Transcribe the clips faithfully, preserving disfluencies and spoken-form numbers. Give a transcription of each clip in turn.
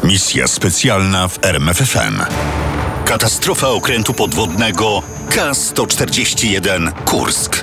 Misja specjalna w R M F F M. Katastrofa okrętu podwodnego K sto czterdzieści jeden Kursk.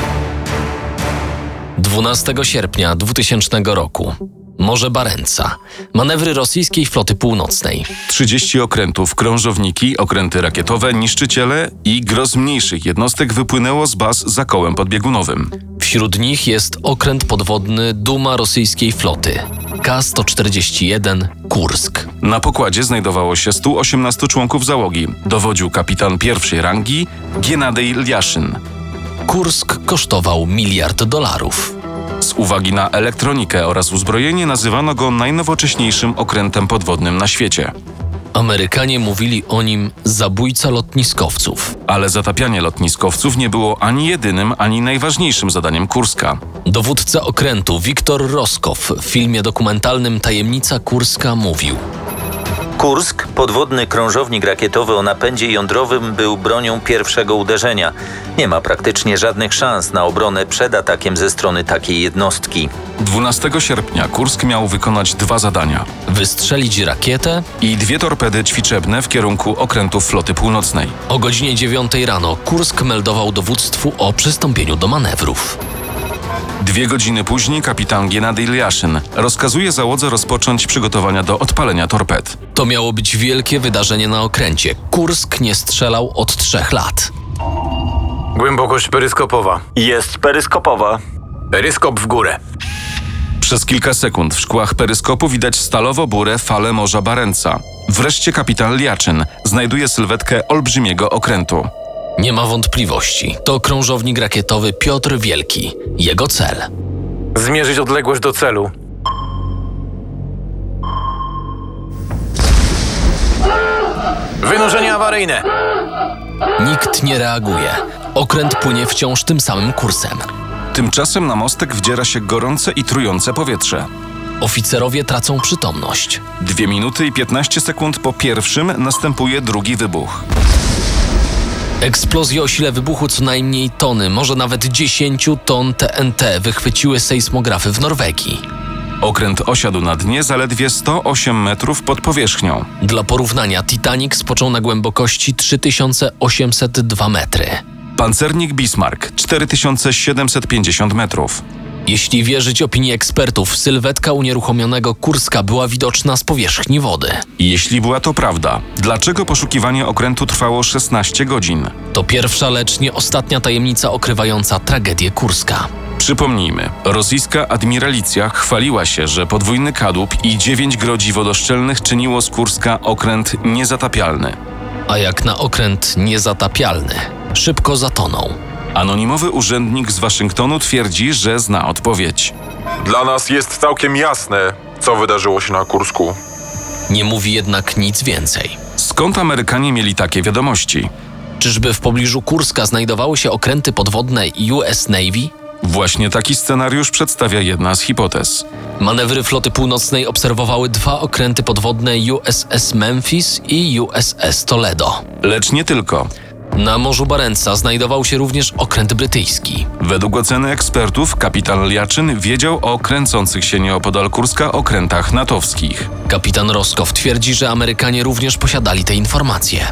dwunastego sierpnia dwutysięcznego roku. Morze Barentsa. Manewry rosyjskiej floty północnej. trzydzieści okrętów, krążowniki, okręty rakietowe, niszczyciele i gros mniejszych jednostek wypłynęło z baz za kołem podbiegunowym. Wśród nich jest okręt podwodny Duma rosyjskiej floty K sto czterdzieści jeden Kursk. Na pokładzie znajdowało się stu osiemnastu członków załogi. Dowodził kapitan pierwszej rangi Giennadij Iljaszyn. Kursk kosztował miliard dolarów. Z uwagi na elektronikę oraz uzbrojenie nazywano go najnowocześniejszym okrętem podwodnym na świecie. Amerykanie mówili o nim zabójca lotniskowców. Ale zatapianie lotniskowców nie było ani jedynym, ani najważniejszym zadaniem Kurska. Dowódca okrętu Wiktor Roskow w filmie dokumentalnym Tajemnica Kurska mówił: Kursk, podwodny krążownik rakietowy o napędzie jądrowym, był bronią pierwszego uderzenia. Nie ma praktycznie żadnych szans na obronę przed atakiem ze strony takiej jednostki. dwunastego sierpnia Kursk miał wykonać dwa zadania. Wystrzelić rakietę I dwie torpedy ćwiczebne w kierunku okrętów floty północnej. o godzinie dziewiątej rano. Kursk meldował dowództwu o przystąpieniu do manewrów. Dwie godziny później kapitan Giennadij Iljaszyn rozkazuje załodze rozpocząć przygotowania do odpalenia torped. To miało być wielkie wydarzenie na okręcie. Kursk nie strzelał od trzech lat. Głębokość peryskopowa. Jest peryskopowa. Peryskop w górę. Przez kilka sekund w szkłach peryskopu widać stalowo-burę falę Morza Barentsa. Wreszcie kapitan Iljaszyn znajduje sylwetkę olbrzymiego okrętu. Nie ma wątpliwości. To krążownik rakietowy Piotr Wielki. Jego cel. Zmierzyć odległość do celu. Wynurzenie awaryjne. Nikt nie reaguje. Okręt płynie wciąż tym samym kursem. Tymczasem na mostek wdziera się gorące i trujące powietrze. Oficerowie tracą przytomność. Dwie minuty i piętnaście sekund po pierwszym następuje drugi wybuch. Eksplozje o sile wybuchu co najmniej tony, może nawet dziesięć ton T N T wychwyciły sejsmografy w Norwegii. Okręt osiadł na dnie zaledwie sto osiem metrów pod powierzchnią. Dla porównania Titanic spoczął na głębokości trzy tysiące osiemset dwa metry. Pancernik Bismarck cztery tysiące siedemset pięćdziesiąt metrów. Jeśli wierzyć opinii ekspertów, sylwetka unieruchomionego Kurska była widoczna z powierzchni wody. I jeśli była to prawda, dlaczego poszukiwanie okrętu trwało szesnaście godzin? To pierwsza, lecz nie ostatnia tajemnica okrywająca tragedię Kurska. Przypomnijmy, rosyjska admiralicja chwaliła się, że podwójny kadłub i dziewięć grodzi wodoszczelnych czyniło z Kurska okręt niezatapialny. A jak na okręt niezatapialny, szybko zatonął. Anonimowy urzędnik z Waszyngtonu twierdzi, że zna odpowiedź. Dla nas jest całkiem jasne, co wydarzyło się na Kursku. Nie mówi jednak nic więcej. Skąd Amerykanie mieli takie wiadomości? Czyżby w pobliżu Kurska znajdowały się okręty podwodne U S Navy? Właśnie taki scenariusz przedstawia jedna z hipotez. Manewry floty północnej obserwowały dwa okręty podwodne U S S Memphis i U S S Toledo. Lecz nie tylko. Na Morzu Barentsa znajdował się również okręt brytyjski. Według oceny ekspertów kapitan Iljaszyn wiedział o kręcących się nieopodal Kurska okrętach natowskich. Kapitan Roskow twierdzi, że Amerykanie również posiadali te informacje.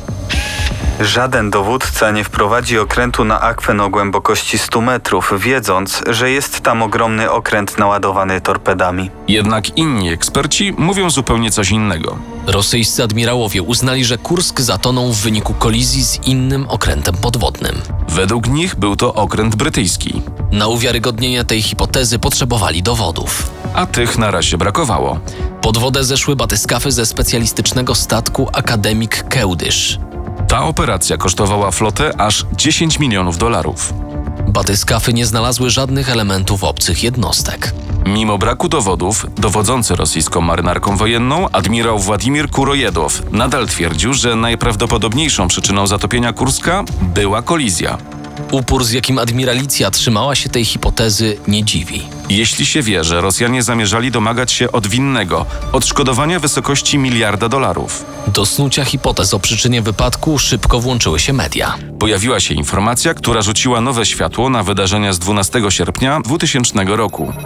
Żaden dowódca nie wprowadzi okrętu na akwen o głębokości stu metrów, wiedząc, że jest tam ogromny okręt naładowany torpedami. Jednak inni eksperci mówią zupełnie coś innego. Rosyjscy admirałowie uznali, że Kursk zatonął w wyniku kolizji z innym okrętem podwodnym. Według nich był to okręt brytyjski, Na uwiarygodnienie tej hipotezy potrzebowali dowodów. a tych na razie brakowało. Pod wodę zeszły batyskafy ze specjalistycznego statku Akademik Kełdysz. Ta operacja kosztowała flotę aż dziesięć milionów dolarów. Batyskafy nie znalazły żadnych elementów obcych jednostek. Mimo braku dowodów, dowodzący rosyjską marynarką wojenną admirał Władimir Kurojedow nadal twierdził, że najprawdopodobniejszą przyczyną zatopienia Kurska była kolizja. Upór, z jakim admiralicja trzymała się tej hipotezy, nie dziwi. Jeśli się wie, że Rosjanie zamierzali domagać się od winnego odszkodowania wysokości miliarda dolarów. Do snucia hipotez o przyczynie wypadku szybko włączyły się media. Pojawiła się informacja, która rzuciła nowe światło na wydarzenia z dwunastego sierpnia dwutysięcznego roku.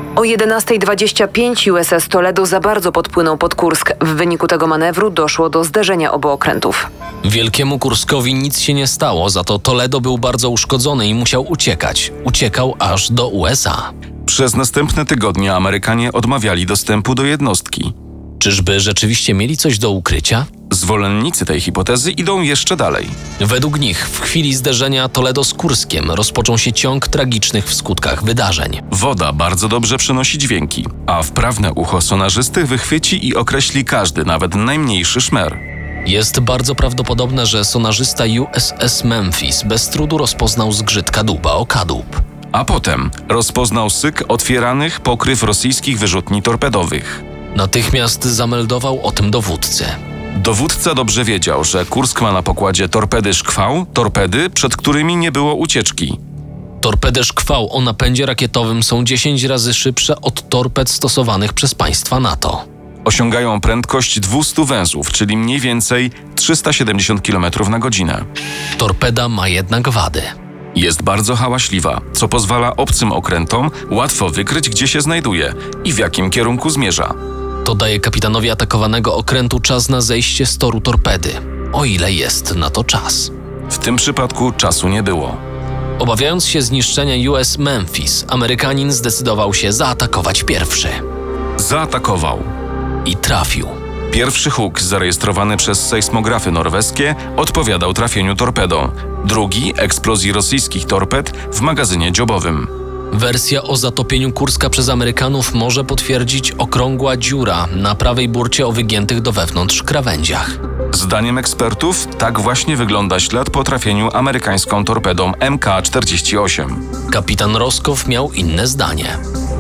O jedenasta dwadzieścia pięć U S S Toledo za bardzo podpłynął pod Kursk. W wyniku tego manewru doszło do zderzenia obu okrętów. Wielkiemu Kurskowi nic się nie stało, za to Toledo był bardzo uszkodzony i musiał uciekać. Uciekał aż do U S A. Przez następne tygodnie Amerykanie odmawiali dostępu do jednostki. Czyżby rzeczywiście mieli coś do ukrycia? Zwolennicy tej hipotezy idą jeszcze dalej. Według nich w chwili zderzenia Toledo z Kurskiem rozpoczął się ciąg tragicznych w skutkach wydarzeń. Woda bardzo dobrze przenosi dźwięki, a wprawne ucho sonarzystych wychwyci i określi każdy, nawet najmniejszy szmer. Jest bardzo prawdopodobne, że sonarzysta U S S Memphis bez trudu rozpoznał zgrzyt kadłuba o kadłub. A potem rozpoznał syk otwieranych pokryw rosyjskich wyrzutni torpedowych. Natychmiast zameldował o tym dowódcy. Dowódca dobrze wiedział, że Kursk ma na pokładzie torpedy Szkwał, torpedy, przed którymi nie było ucieczki. Torpedy Szkwał o napędzie rakietowym są dziesięć razy szybsze od torped stosowanych przez państwa NATO. Osiągają prędkość dwieście węzłów, czyli mniej więcej trzysta siedemdziesiąt kilometrów na godzinę. Torpeda ma jednak wady. Jest bardzo hałaśliwa, co pozwala obcym okrętom łatwo wykryć, gdzie się znajduje i w jakim kierunku zmierza. To daje kapitanowi atakowanego okrętu czas na zejście z toru torpedy, o ile jest na to czas. W tym przypadku czasu nie było. Obawiając się zniszczenia U S Memphis, Amerykanin zdecydował się zaatakować pierwszy. Zaatakował. I trafił. Pierwszy huk, zarejestrowany przez sejsmografy norweskie, odpowiadał trafieniu torpedą. Drugi – eksplozji rosyjskich torped w magazynie dziobowym. Wersja o zatopieniu Kurska przez Amerykanów może potwierdzić okrągła dziura na prawej burcie o wygiętych do wewnątrz krawędziach. Zdaniem ekspertów tak właśnie wygląda ślad po trafieniu amerykańską torpedą M K czterdzieści osiem. Kapitan Roskow miał inne zdanie.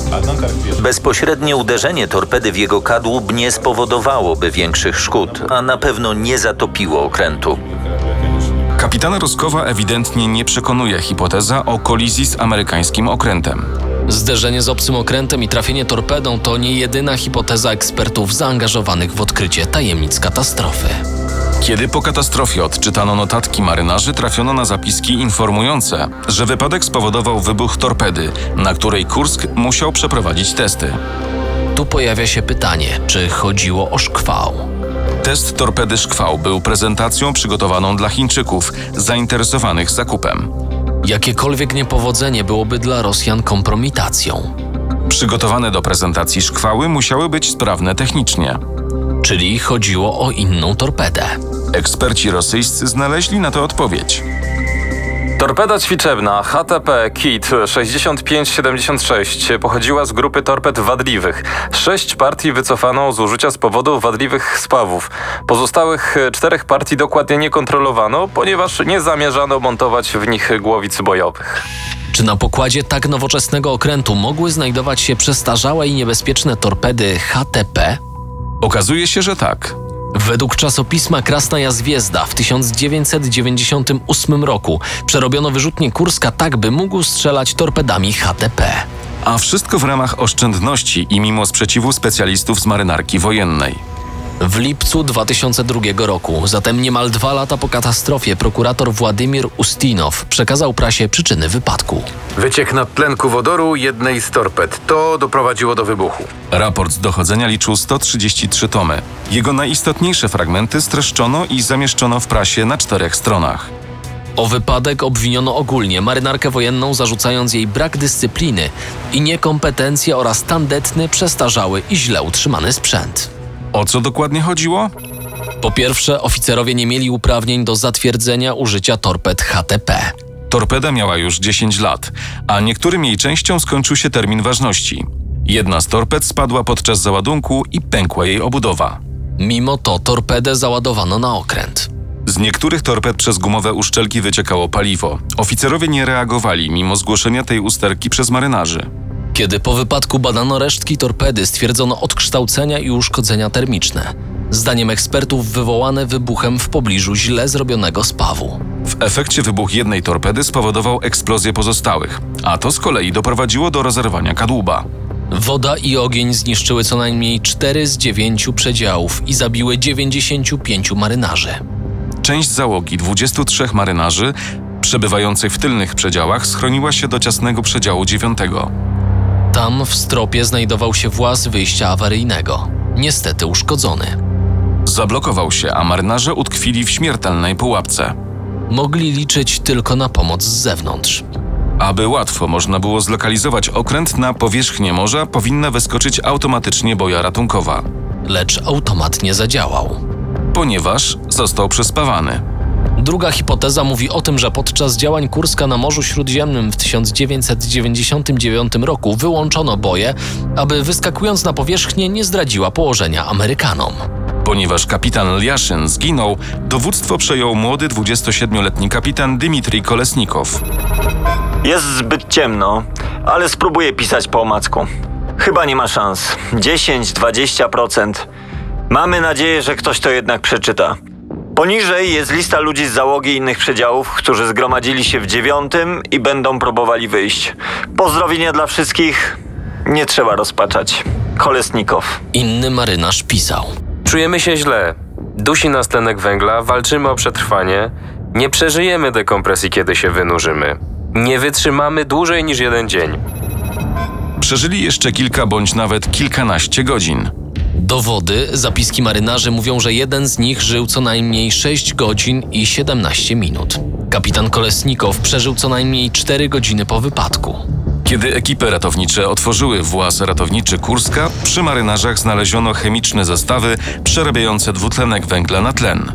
Bezpośrednie uderzenie torpedy w jego kadłub nie spowodowałoby większych szkód, a na pewno nie zatopiło okrętu. Kapitana Roskowa ewidentnie nie przekonuje hipoteza o kolizji z amerykańskim okrętem. Zderzenie z obcym okrętem i trafienie torpedą to nie jedyna hipoteza ekspertów zaangażowanych w odkrycie tajemnic katastrofy. Kiedy po katastrofie odczytano notatki marynarzy, trafiono na zapiski informujące, że wypadek spowodował wybuch torpedy, na której Kursk musiał przeprowadzić testy. Tu pojawia się pytanie, czy chodziło o Szkwał. Test torpedy Szkwał był prezentacją przygotowaną dla Chińczyków zainteresowanych zakupem. Jakiekolwiek niepowodzenie byłoby dla Rosjan kompromitacją. Przygotowane do prezentacji Szkwały musiały być sprawne technicznie. Czyli chodziło o inną torpedę. Eksperci rosyjscy znaleźli na to odpowiedź. Torpeda ćwiczebna H T P Kit sześćdziesiąt pięć siedemdziesiąt sześć pochodziła z grupy torped wadliwych. Sześć partii wycofano z użycia z powodu wadliwych spawów. Pozostałych czterech partii dokładnie nie kontrolowano, ponieważ nie zamierzano montować w nich głowic bojowych. Czy na pokładzie tak nowoczesnego okrętu mogły znajdować się przestarzałe i niebezpieczne torpedy H T P? Okazuje się, że tak. Według czasopisma Krasnaja Zwiezda w tysiąc dziewięćset dziewięćdziesiątym ósmym roku przerobiono wyrzutnię Kurska tak, by mógł strzelać torpedami H T P. A wszystko w ramach oszczędności i mimo sprzeciwu specjalistów z marynarki wojennej. W lipcu dwa tysiące drugiego roku, zatem niemal dwa lata po katastrofie, prokurator Władimir Ustinow przekazał prasie przyczyny wypadku. Wyciek nadtlenku wodoru jednej z torped. To doprowadziło do wybuchu. Raport z dochodzenia liczył sto trzydzieści trzy tomy. Jego najistotniejsze fragmenty streszczono i zamieszczono w prasie na czterech stronach. O wypadek obwiniono ogólnie marynarkę wojenną, zarzucając jej brak dyscypliny i niekompetencje oraz tandetny, przestarzały i źle utrzymany sprzęt. O co dokładnie chodziło? Po pierwsze, oficerowie nie mieli uprawnień do zatwierdzenia użycia torped H T P. Torpeda miała już dziesięć lat, a niektórym jej częściom skończył się termin ważności. Jedna z torped spadła podczas załadunku i pękła jej obudowa. Mimo to torpedę załadowano na okręt. Z niektórych torped przez gumowe uszczelki wyciekało paliwo. Oficerowie nie reagowali, mimo zgłoszenia tej usterki przez marynarzy. Kiedy po wypadku badano resztki torpedy, stwierdzono odkształcenia i uszkodzenia termiczne. Zdaniem ekspertów wywołane wybuchem w pobliżu źle zrobionego spawu. W efekcie wybuch jednej torpedy spowodował eksplozję pozostałych, a to z kolei doprowadziło do rozerwania kadłuba. Woda i ogień zniszczyły co najmniej cztery z dziewięciu przedziałów i zabiły dziewięćdziesięciu pięciu marynarzy. Część załogi dwudziestu trzech marynarzy przebywających w tylnych przedziałach schroniła się do ciasnego przedziału dziewiątego. Tam w stropie znajdował się właz wyjścia awaryjnego, niestety uszkodzony. Zablokował się, a marynarze utkwili w śmiertelnej pułapce. Mogli liczyć tylko na pomoc z zewnątrz. Aby łatwo można było zlokalizować okręt, na powierzchnię morza powinna wyskoczyć automatycznie boja ratunkowa. Lecz automat nie zadziałał. Ponieważ został przespawany. Druga hipoteza mówi o tym, że podczas działań Kurska na Morzu Śródziemnym w tysiąc dziewięćset dziewięćdziesiątym dziewiątym roku wyłączono boję, aby wyskakując na powierzchnię nie zdradziła położenia Amerykanom. Ponieważ kapitan Liaszyn zginął, dowództwo przejął młody dwudziestosiedmioletni kapitan Dmitrij Kolesnikow. Jest zbyt ciemno, ale spróbuję pisać po omacku. Chyba nie ma szans. dziesięć do dwudziestu procent. Mamy nadzieję, że ktoś to jednak przeczyta. Poniżej jest lista ludzi z załogi innych przedziałów, którzy zgromadzili się w dziewiątym i będą próbowali wyjść. Pozdrowienia dla wszystkich. Nie trzeba rozpaczać. Kolesnikow. Inny marynarz pisał. Czujemy się źle. Dusi nas tlenek węgla, walczymy o przetrwanie. Nie przeżyjemy dekompresji, kiedy się wynurzymy. Nie wytrzymamy dłużej niż jeden dzień. Przeżyli jeszcze kilka bądź nawet kilkanaście godzin. Dowody, zapiski marynarzy mówią, że jeden z nich żył co najmniej sześć godzin i siedemnaście minut. Kapitan Kolesnikow przeżył co najmniej cztery godziny po wypadku. Kiedy ekipy ratownicze otworzyły właz ratowniczy Kurska, przy marynarzach znaleziono chemiczne zestawy przerabiające dwutlenek węgla na tlen.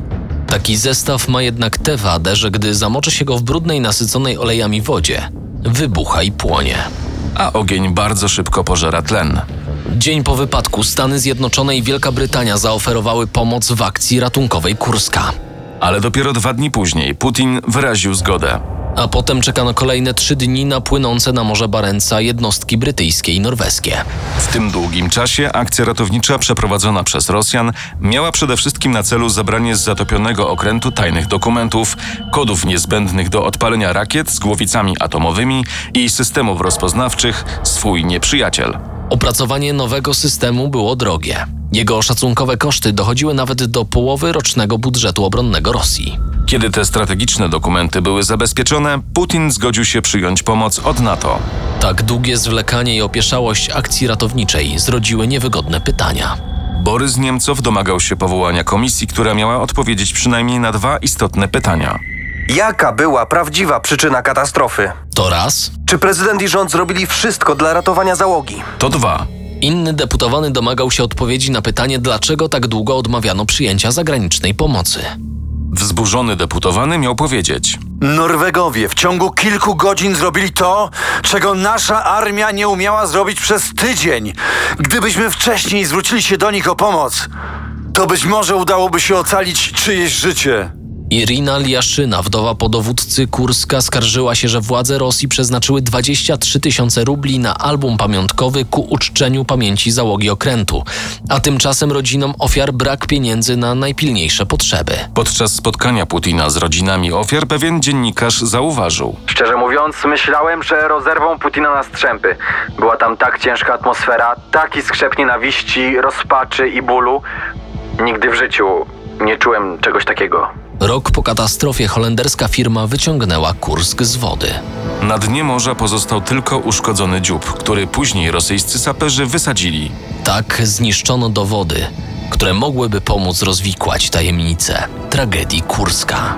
Taki zestaw ma jednak tę wadę, że gdy zamoczy się go w brudnej, nasyconej olejami wodzie, wybucha i płonie. A ogień bardzo szybko pożera tlen. Dzień po wypadku Stany Zjednoczone i Wielka Brytania zaoferowały pomoc w akcji ratunkowej Kurska. Ale dopiero dwa dni później Putin wyraził zgodę. A potem czekano kolejne trzy dni na płynące na Morze Barentsa jednostki brytyjskie i norweskie. W tym długim czasie akcja ratownicza przeprowadzona przez Rosjan miała przede wszystkim na celu zabranie z zatopionego okrętu tajnych dokumentów, kodów niezbędnych do odpalenia rakiet z głowicami atomowymi i systemów rozpoznawczych swój nieprzyjaciel. Opracowanie nowego systemu było drogie. Jego szacunkowe koszty dochodziły nawet do połowy rocznego budżetu obronnego Rosji. Kiedy te strategiczne dokumenty były zabezpieczone, Putin zgodził się przyjąć pomoc od NATO. Tak długie zwlekanie i opieszałość akcji ratowniczej zrodziły niewygodne pytania. Borys Niemcow domagał się powołania komisji, która miała odpowiedzieć przynajmniej na dwa istotne pytania. Jaka była prawdziwa przyczyna katastrofy? To raz. Czy prezydent i rząd zrobili wszystko dla ratowania załogi? To dwa. Inny deputowany domagał się odpowiedzi na pytanie, dlaczego tak długo odmawiano przyjęcia zagranicznej pomocy. Wzburzony deputowany miał powiedzieć: Norwegowie w ciągu kilku godzin zrobili to, czego nasza armia nie umiała zrobić przez tydzień. Gdybyśmy wcześniej zwrócili się do nich o pomoc, to być może udałoby się ocalić czyjeś życie. Irina Liaszyna, wdowa podowódcy Kurska, skarżyła się, że władze Rosji przeznaczyły dwadzieścia trzy tysiące rubli na album pamiątkowy ku uczczeniu pamięci załogi okrętu, a tymczasem rodzinom ofiar brak pieniędzy na najpilniejsze potrzeby. Podczas spotkania Putina z rodzinami ofiar pewien dziennikarz zauważył: Szczerze mówiąc, myślałem, że rozerwą Putina na strzępy. Była tam tak ciężka atmosfera, taki skrzep nienawiści, rozpaczy i bólu. Nigdy w życiu nie czułem czegoś takiego. Rok po katastrofie holenderska firma wyciągnęła Kursk z wody. Na dnie morza pozostał tylko uszkodzony dziób, który później rosyjscy saperzy wysadzili. Tak zniszczono dowody, które mogłyby pomóc rozwikłać tajemnicę tragedii Kurska.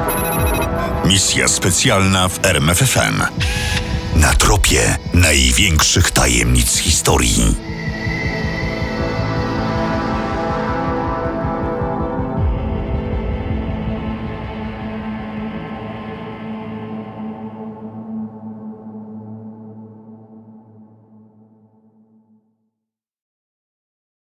Misja specjalna w R M F F M. Na tropie największych tajemnic historii.